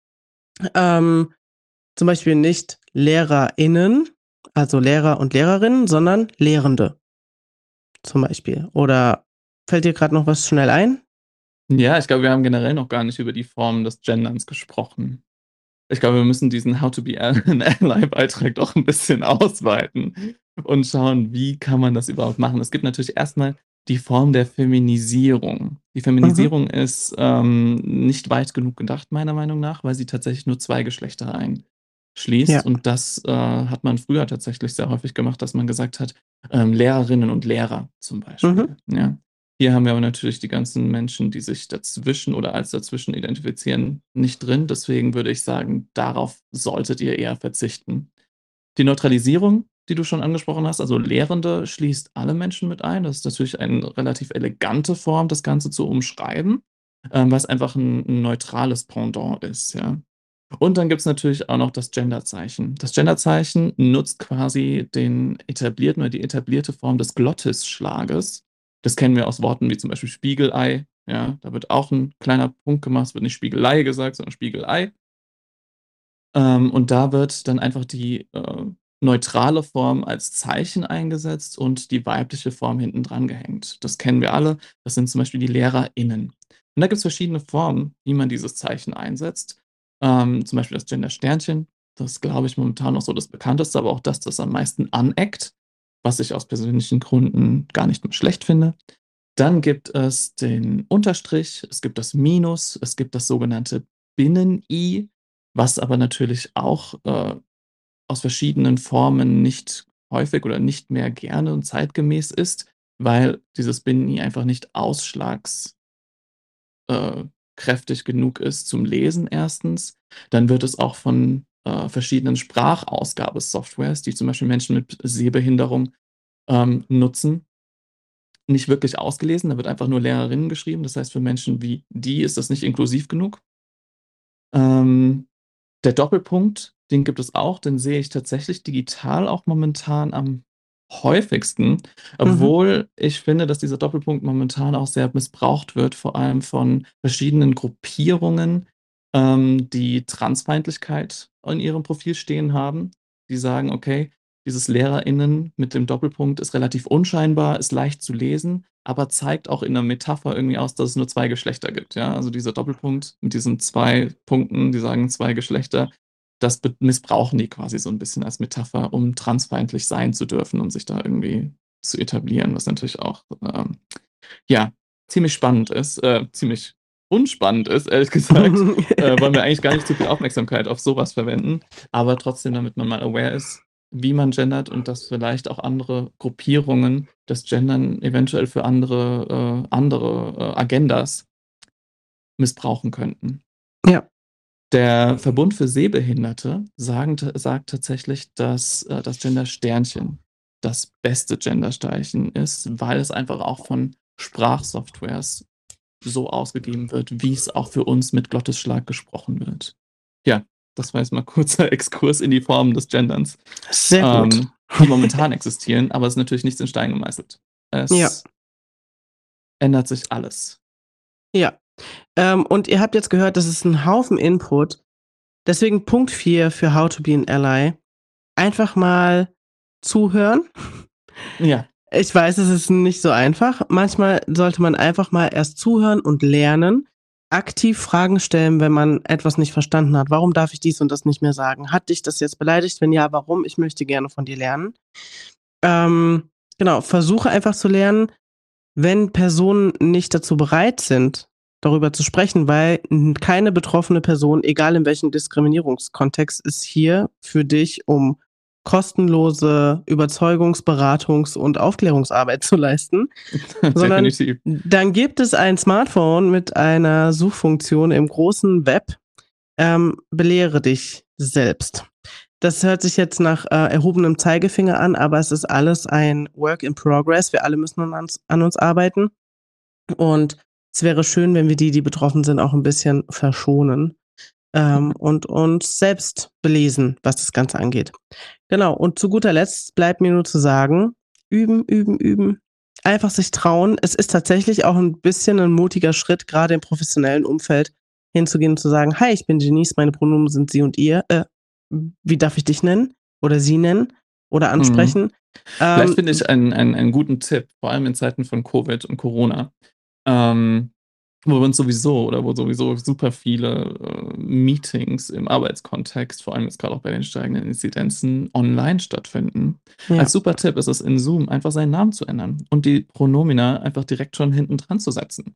Ähm, zum Beispiel nicht LehrerInnen, also Lehrer und Lehrerinnen, sondern Lehrende zum Beispiel. Oder fällt dir grad noch was schnell ein? Ja, ich glaube, wir haben generell noch gar nicht über die Form des Genderns gesprochen. Ich glaube, wir müssen diesen How to be a an Ally Beitrag doch 'n bisschen ausweiten und schauen, wie kann man das überhaupt machen? Es gibt natürlich erst mal die Form der Feminisierung. Die Mhm. Feminisierung ist, ähm, nicht weit genug gedacht meiner Meinung nach, weil sie tatsächlich nur zwei Geschlechter einschließt. Ja. Und das, äh, hat man früher tatsächlich sehr häufig gemacht, dass man gesagt hat, ähm, Lehrerinnen und Lehrer zum Mhm. Beispiel, ja? Hier haben wir aber natürlich die ganzen Menschen, die sich dazwischen oder als dazwischen identifizieren, nicht drin. Deswegen würde ich sagen, darauf solltet ihr eher verzichten. Die Neutralisierung, die du schon angesprochen hast, also Lehrende, schließt alle Menschen mit ein. Das ist natürlich eine relativ elegante Form, das Ganze zu umschreiben, ähm, was einfach 'n 'n neutrales Pendant ist, ja? Und dann gibt's natürlich auch noch das Genderzeichen. Das Genderzeichen nutzt quasi den etablierten oder die etablierte Form des Glottisschlages. Das kennen wir aus Worten wie zum Beispiel Spiegelei, ja? Da wird auch 'n kleiner Punkt gemacht. Es wird nicht Spiegelei gesagt, sondern Spiegelei. Ähm, und da wird dann einfach die, äh, neutrale Form als Zeichen eingesetzt und die weibliche Form hinten dran gehängt. Das kennen wir alle. Das sind zum Beispiel die LehrerInnen. Und da gibt's verschiedene Formen, wie man dieses Zeichen einsetzt. Ähm, zum Beispiel das Gendersternchen. Das ist, glaube ich, momentan noch so das Bekannteste, aber auch das, das am meisten aneckt, was ich aus persönlichen Gründen gar nicht mal schlecht finde. Dann gibt es den Unterstrich, es gibt das Minus, es gibt das sogenannte Binnen-I, was aber natürlich auch, äh, aus verschiedenen Formen nicht häufig oder nicht mehr gerne und zeitgemäß ist, weil dieses Binnen-I einfach nicht ausschlags äh, kräftig genug ist zum Lesen erstens. Dann wird es auch von, äh, verschiedenen Sprachausgabesoftwares, die zum Beispiel Menschen mit Sehbehinderung, ähm, nutzen nicht wirklich ausgelesen. Da wird einfach nur Lehrerinnen geschrieben. Das heißt, für Menschen wie die ist das nicht inklusiv genug. Ähm, der Doppelpunkt, den gibt es auch, den sehe ich tatsächlich digital auch momentan am häufigsten, Mhm. obwohl ich finde, dass dieser Doppelpunkt momentan auch sehr missbraucht wird, vor allem von verschiedenen Gruppierungen, ähm, die Transfeindlichkeit in ihrem Profil stehen haben. Die sagen: „Okay, dieses LehrerInnen mit dem Doppelpunkt ist relativ unscheinbar, ist leicht zu lesen, aber zeigt auch in 'ner Metapher irgendwie aus, dass es nur zwei Geschlechter gibt“, ja? Also, dieser Doppelpunkt mit diesen zwei Punkten, die sagen zwei Geschlechter, das be missbrauchen die quasi so 'n bisschen als Metapher, um transfeindlich sein zu dürfen und sich da irgendwie zu etablieren, was natürlich auch, ähm, ja, ziemlich spannend ist äh, ziemlich unspannend ist, ehrlich gesagt. Äh, wollen wir eigentlich gar nicht zu viel Aufmerksamkeit auf so was verwenden, aber trotzdem, damit man mal aware ist, wie man gendert und dass vielleicht auch andere Gruppierungen das Gendern eventuell für andere äh, andere, äh, Agendas missbrauchen könnten. Ja. Der Verbund für Sehbehinderte sagen ta sagt tatsächlich, dass, äh, das Gendersternchen das beste Gendersteichen ist, weil es einfach auch von Sprachsoftwares so ausgegeben wird, wie's auch für uns mit Glottisschlag gesprochen wird. Ja, das war jetzt mal kurzer Exkurs in die Formen des Genderns, Sehr gut. ähm, die momentan existieren, aber es ist natürlich nichts in Stein gemeißelt. Ja. Es ändert sich alles. Ja. Ähm, und ihr habt jetzt gehört, das ist 'n Haufen Input. Deswegen Punkt vier für How to be an Ally. Einfach mal zuhören. Ja. Ich weiß, es ist nicht so einfach. Manchmal sollte man einfach mal erst zuhören und lernen. aktiv Fragen stellen, wenn man etwas nicht verstanden hat. „Warum darf ich dies und das nicht mehr sagen? Hat dich das jetzt beleidigt? Wenn ja, warum? Ich möchte gerne von dir lernen.“ Ähm, genau, versuche einfach zu lernen, wenn Personen nicht dazu bereit sind, darüber zu sprechen, weil n keine betroffene Person, egal in welchem Diskriminierungskontext, ist hier für dich, um kostenlose Überzeugungs-, Beratungs- und Aufklärungsarbeit zu leisten, sondern Definitiv. dann gibt es ein Smartphone mit einer Suchfunktion im großen Web, ähm, belehre dich selbst. Das hört sich jetzt nach, äh, erhobenem Zeigefinger an, aber es ist alles ein Work in Progress. Wir alle müssen an uns an uns arbeiten. Und es wäre schön, wenn wir die, die betroffen sind, auch 'n bisschen verschonen, ähm, und uns selbst belesen, was das Ganze angeht. Genau, und zu guter Letzt bleibt mir nur zu sagen: Üben, üben, üben. Einfach sich trauen. Es ist tatsächlich auch 'n bisschen 'n mutiger Schritt, grade im professionellen Umfeld hinzugehen und zu sagen: „Hi, ich bin Denise, meine Pronomen sind sie und ihr. Äh, wie darf ich dich nennen oder sie nennen oder Mhm. ansprechen?“ Vielleicht Ähm, finde w ich einen einen einen guten Tipp, vor allem in Zeiten von Covid und Corona, ähm, wo wir uns sowieso oder wo sowieso super viele, äh, Meetings im Arbeitskontext, vor allem jetzt grad auch bei den steigenden Inzidenzen, online stattfinden. Ja. Als super Tipp ist es, in Zoom einfach seinen Namen zu ändern und die Pronomina einfach direkt schon hinten dran zu setzen.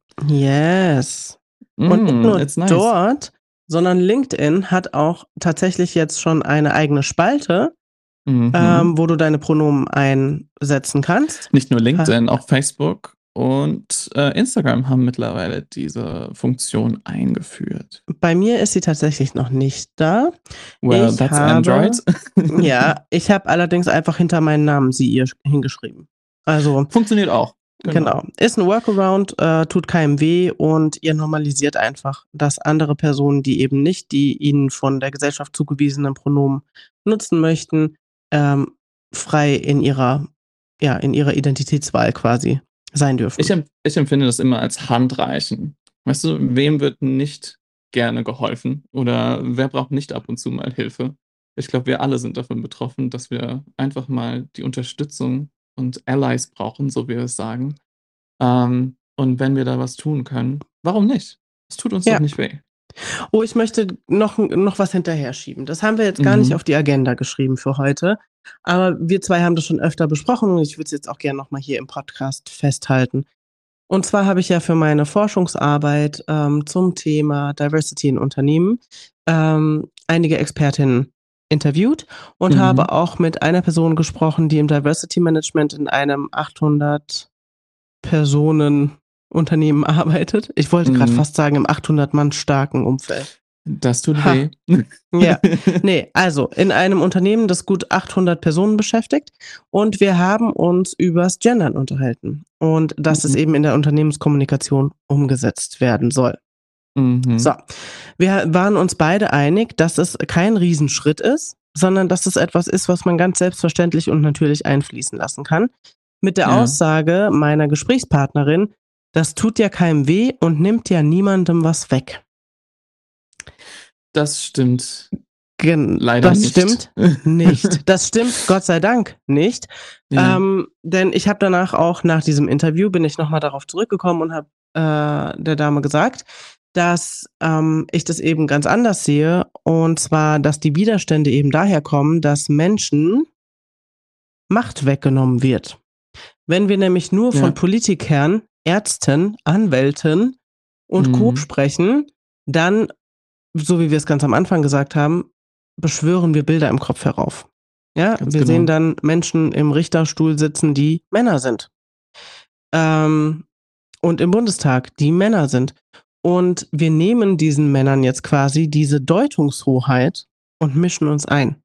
Yes. Und nicht Mm, nur it's nice. dort, sondern LinkedIn hat auch tatsächlich jetzt schon eine eigene Spalte, Mhm. ähm, wo du deine Pronomen einsetzen kannst. Nicht nur Ha LinkedIn, auch Facebook und, äh, Instagram haben mittlerweile diese Funktion eingeführt. Bei mir ist sie tatsächlich noch nicht da. Well, Ich that's Android. habe ja, ich habe allerdings einfach hinter meinen Namen sie ihr sch hingeschrieben. Also Funktioniert auch, genau. genau, ist 'n Workaround, äh, tut keinem weh und ihr normalisiert einfach, dass andere Personen, die eben nicht die ihnen von der Gesellschaft zugewiesenen Pronomen nutzen möchten, ähm, frei in ihrer ja, in ihrer Identitätswahl quasi sein Ich dürfen. emp ich empfinde das immer als Handreichen. Weißt du, wem wird nicht gerne geholfen oder wer braucht nicht ab und zu mal Hilfe? Ich glaube, wir alle sind davon betroffen, dass wir einfach mal die Unterstützung und Allies brauchen, so wie wir es sagen. Ähm, und wenn wir da was tun können, warum nicht? Es tut uns doch Ja. nicht weh. Oh, ich möchte noch 'n noch was hinterher schieben. Das haben wir jetzt gar nicht Mhm. auf die Agenda geschrieben für heute, aber wir zwei haben das schon öfter besprochen und ich würde es jetzt auch gern noch mal hier im Podcast festhalten. Und zwar habe ich ja für meine Forschungsarbeit, ähm, zum Thema Diversity in Unternehmen, ähm, einige Expertinnen interviewt und habe Mhm. auch mit einer Person gesprochen, die im Diversity Management in einem achthundert Personen Unternehmen arbeitet. Ich wollte grad Mhm. fast sagen, im achthundert Mann starken Umfeld. Das tut Ha. weh. Ja. Ne, also in einem Unternehmen, das gut achthundert Personen beschäftigt und wir haben uns übers Gendern unterhalten und dass es Mhm. eben in der Unternehmenskommunikation umgesetzt werden soll. So, Mhm. wir waren uns beide einig, dass es kein Riesenschritt ist, sondern dass es etwas ist, was man ganz selbstverständlich und natürlich einfließen lassen kann. Mit der Ja. Aussage meiner Gesprächspartnerin: „Das tut ja keinem weh und nimmt ja niemandem was weg.“ Das stimmt Gen leider das nicht. stimmt nicht. Das stimmt Gott sei Dank nicht, Ja. ähm, denn ich habe danach auch nach diesem Interview bin ich noch mal darauf zurückgekommen und habe, äh, der Dame gesagt, dass, ähm, ich das eben ganz anders sehe und zwar, dass die Widerstände eben daher kommen, dass Menschen Macht weggenommen wird. Wenn wir nämlich nur von Ja. Politikern, Ärzten, Anwälten und Co. Mhm. sprechen, dann, so wie wir es ganz am Anfang gesagt haben, beschwören wir Bilder im Kopf herauf. Ja, Ganz wir sehen genau. dann Menschen im Richterstuhl sitzen, die Männer sind. Ähm, und im Bundestag, die Männer sind. Und wir nehmen diesen Männern jetzt quasi diese Deutungshoheit und mischen uns ein.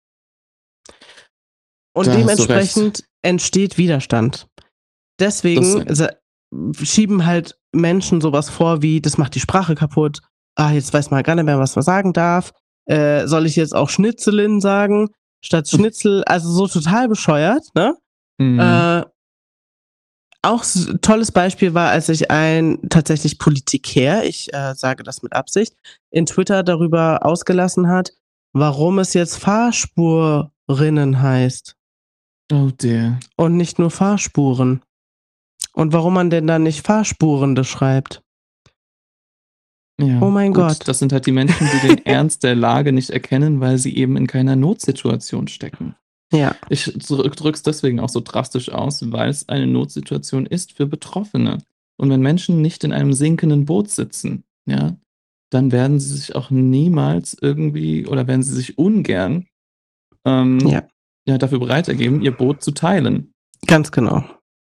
Und Da hast du recht. dementsprechend entsteht Widerstand. Das Deswegen ein sa schieben halt Menschen so was vor wie: „Das macht die Sprache kaputt. Ah, jetzt weiß man gar nicht mehr, was man sagen darf. Äh, soll ich jetzt auch Schnitzelin sagen statt Schnitzel?“ Also, so total bescheuert, ne? Mhm. Äh auch s tolles Beispiel war, als sich ein tatsächlich Politiker, ich, äh, sage das mit Absicht, in Twitter darüber ausgelassen hat, warum es jetzt Fahrspurinnen heißt Oh dear. und nicht nur Fahrspuren. Und warum man denn da nicht Fahrspurende schreibt. Oh Ja, mein gut, Gott. das sind halt die Menschen, die den Ernst der Lage nicht erkennen, weil sie eben in keiner Notsituation stecken. Ja. Ich drück drücke es deswegen auch so drastisch aus, weil es eine Notsituation ist für Betroffene. Und wenn Menschen nicht in einem sinkenden Boot sitzen, ja, dann werden sie sich auch niemals irgendwie oder werden sie sich ungern, ähm, Ja. ja, dafür bereit ergeben, ihr Boot zu teilen. Ganz genau.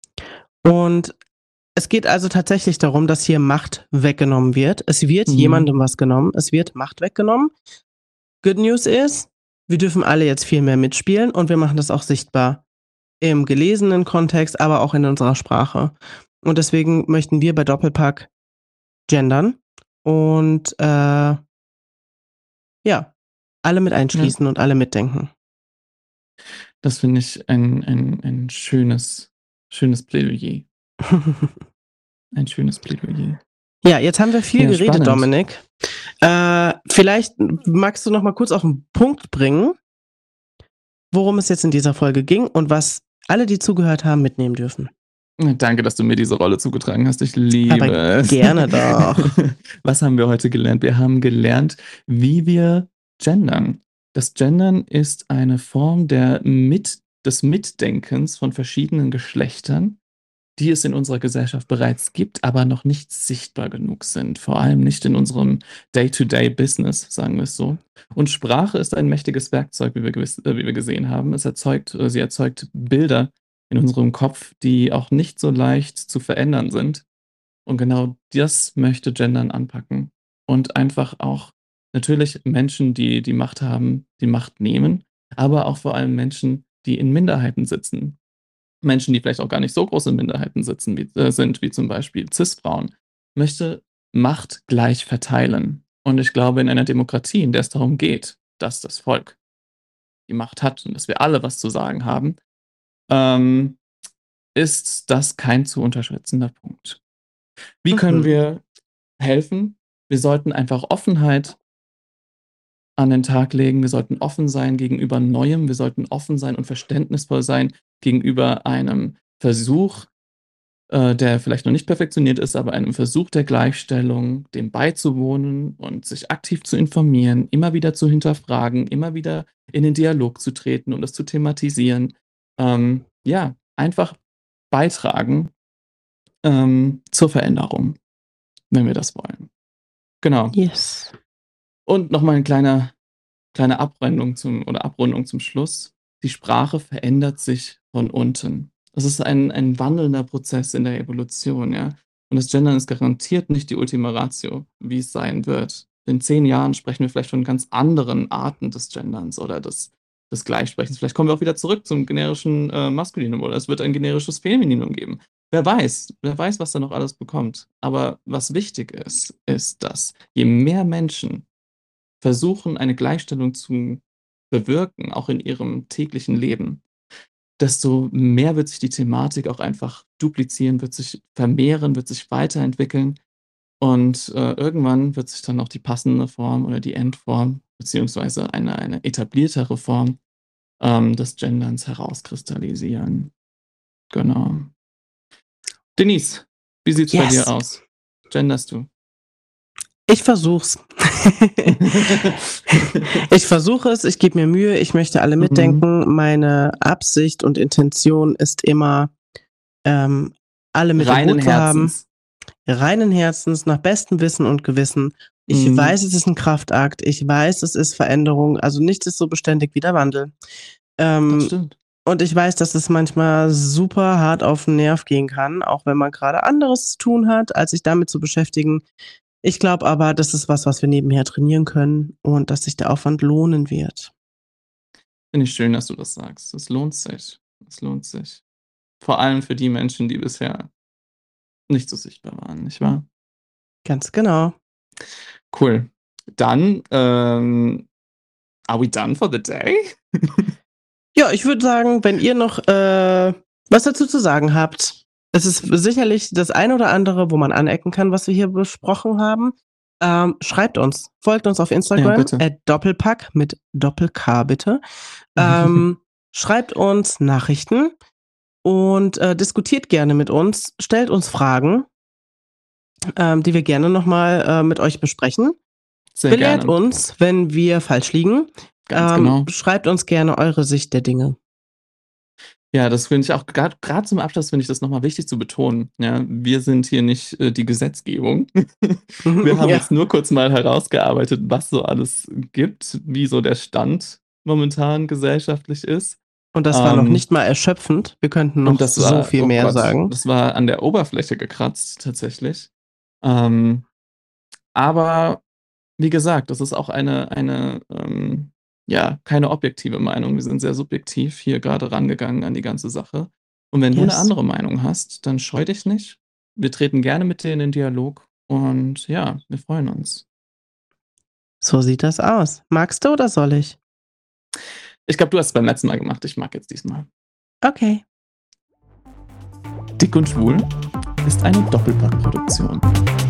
Und es geht also tatsächlich darum, dass hier Macht weggenommen wird. Es wird Mhm. jemandem was genommen. Es wird Macht weggenommen. Good News ist, wir dürfen alle jetzt viel mehr mitspielen und wir machen das auch sichtbar im gelesenen Kontext, aber auch in unserer Sprache. Und deswegen möchten wir bei Doppelpack gendern und, äh ja, alle mit Ja. einschließen und alle mitdenken. Das finde ich ein ein ein schönes schönes Plädoyer. Ein schönes Plädoyer. Ja, jetzt haben wir viel Ja, geredet, spannend. Dominik. Äh, vielleicht magst du noch mal kurz auf 'n Punkt bringen worum es jetzt in dieser Folge ging und was alle, die zugehört haben, mitnehmen dürfen. Hm, danke, dass du mir diese Rolle zugetragen hast. Ich Aber liebe es. gerne doch. Was haben wir heute gelernt? Wir haben gelernt, wie wir gendern. Das Gendern ist eine Form der mit des Mitdenkens von verschiedenen Geschlechtern, die es in unserer Gesellschaft bereits gibt, aber noch nicht sichtbar genug sind, vor allem nicht in unserem Day-to-Day-Business, sagen wir es so. Und Sprache ist ein mächtiges Werkzeug, wie wir gewiss äh, wie wir gesehen haben. Es erzeugt äh, sie erzeugt Bilder in unserem Kopf, die auch nicht so leicht zu verändern sind. Und genau das möchte Gendern anpacken und einfach auch natürlich Menschen, die die Macht haben, die Macht nehmen, aber auch vor allem Menschen, die in Minderheiten sitzen. Menschen, die vielleicht auch gar nicht so groß in Minderheiten sitzen wie äh, sind, wie zum Beispiel Cis-Frauen, möchte Macht gleich verteilen. Und ich glaube, in einer Demokratie, in der es darum geht, dass das Volk die Macht hat und dass wir alle was zu sagen haben, ähm, ist das kein zu unterschätzender Punkt. Wie können Mhm. wir helfen? Wir sollten einfach Offenheit an den Tag legen. Wir sollten offen sein gegenüber Neuem. Wir sollten offen sein und verständnisvoll sein gegenüber einem Versuch, äh, der vielleicht noch nicht perfektioniert ist, aber einem Versuch der Gleichstellung, dem beizuwohnen und sich aktiv zu informieren, immer wieder zu hinterfragen, immer wieder in den Dialog zu treten und es zu thematisieren. Ähm, ja, einfach beitragen, ähm, zur Veränderung, wenn wir das wollen. Genau. Yes. Und noch mal 'n kleiner kleine Abrendung zum oder Abrundung zum Schluss. Die Sprache verändert sich von unten. Das ist ein ein wandelnder Prozess in der Evolution, ja? Und das Gendern ist garantiert nicht die Ultima Ratio, wie es sein wird. In zehn Jahren sprechen wir vielleicht von ganz anderen Arten des Genderns oder des des Gleichsprechens. Vielleicht kommen wir auch wieder zurück zum generischen, äh, Maskulinum oder es wird ein generisches Femininum geben. Wer weiß? Wer weiß, was da noch alles bekommt. Aber was wichtig ist, ist, dass je mehr Menschen versuchen, eine Gleichstellung zu bewirken, auch in ihrem täglichen Leben, desto mehr wird sich die Thematik auch einfach duplizieren, wird sich vermehren, wird sich weiterentwickeln und, äh, irgendwann wird sich dann auch die passende Form oder die Endform beziehungsweise eine eine etabliertere Form, ähm, des Genderns herauskristallisieren. Genau. Denise, wie sieht's bei dir Yes. aus? Genderst du? Ich versuche es. Ich versuche es, ich gebe mir Mühe, ich möchte alle Mhm. mitdenken. Meine Absicht und Intention ist immer, ähm, alle mit im Reinen Boot zu haben, Herzens. reinen Herzens, nach bestem Wissen und Gewissen. Ich Mhm. weiß, es ist 'n Kraftakt. Ich weiß, es ist Veränderung. Also, nichts ist so beständig wie der Wandel. Das Ähm, stimmt. und ich weiß, dass es manchmal super hart auf 'n Nerv gehen kann, auch wenn man grade anderes zu tun hat, als sich damit zu beschäftigen. Ich glaube aber, das ist was, was wir nebenher trainieren können und dass sich der Aufwand lohnen wird. Finde ich schön, dass du das sagst. Es lohnt sich. Es lohnt sich. Vor allem für die Menschen, die bisher nicht so sichtbar waren, nicht wahr? Ganz genau. Cool. Dann, ähm, are we done for the day? Ja, ich würde sagen, wenn ihr noch, äh, was dazu zu sagen habt. Es ist sicherlich das eine oder andere, wo man anecken kann, was wir hier besprochen haben. Ähm, schreibt uns. Folgt uns auf Ja, Instagram bitte. at Doppelpack mit Doppel-K bitte. Ähm, schreibt uns Nachrichten und, äh, diskutiert gerne mit uns, stellt uns Fragen. ähm, die wir gerne noch mal, äh, mit euch besprechen. Sehr Belehrt gerne. uns, wenn wir falsch liegen. Ganz Ähm, genau. schreibt uns gerne eure Sicht der Dinge. Ja, das finde ich auch grad grad zum Abschluss finde ich das noch mal wichtig zu betonen, ja? Wir sind hier nicht, äh, die Gesetzgebung. Wir Mhm, haben ja. jetzt nur kurz mal herausgearbeitet, was so alles gibt, wie so der Stand momentan gesellschaftlich ist. Und das war noch Ähm nicht mal erschöpfend. Wir könnten und noch das so war viel oh mehr Gott, sagen. das war an der Oberfläche gekratzt tatsächlich. Ähm, aber wie gesagt, das ist auch eine eine, ähm ja, keine objektive Meinung. Wir sind sehr subjektiv hier grade rangegangen an die ganze Sache. Und wenn du 'ne Yes. andere Meinung hast, dann scheue dich nicht. Wir treten gerne mit dir in den Dialog und ja, wir freuen uns. So sieht das aus. Magst du oder soll ich? Ich glaube, du hast es beim letzten Mal gemacht. Ich mag jetzt diesmal. Okay. Dick und schwul ist eine Doppelpack-Produktion.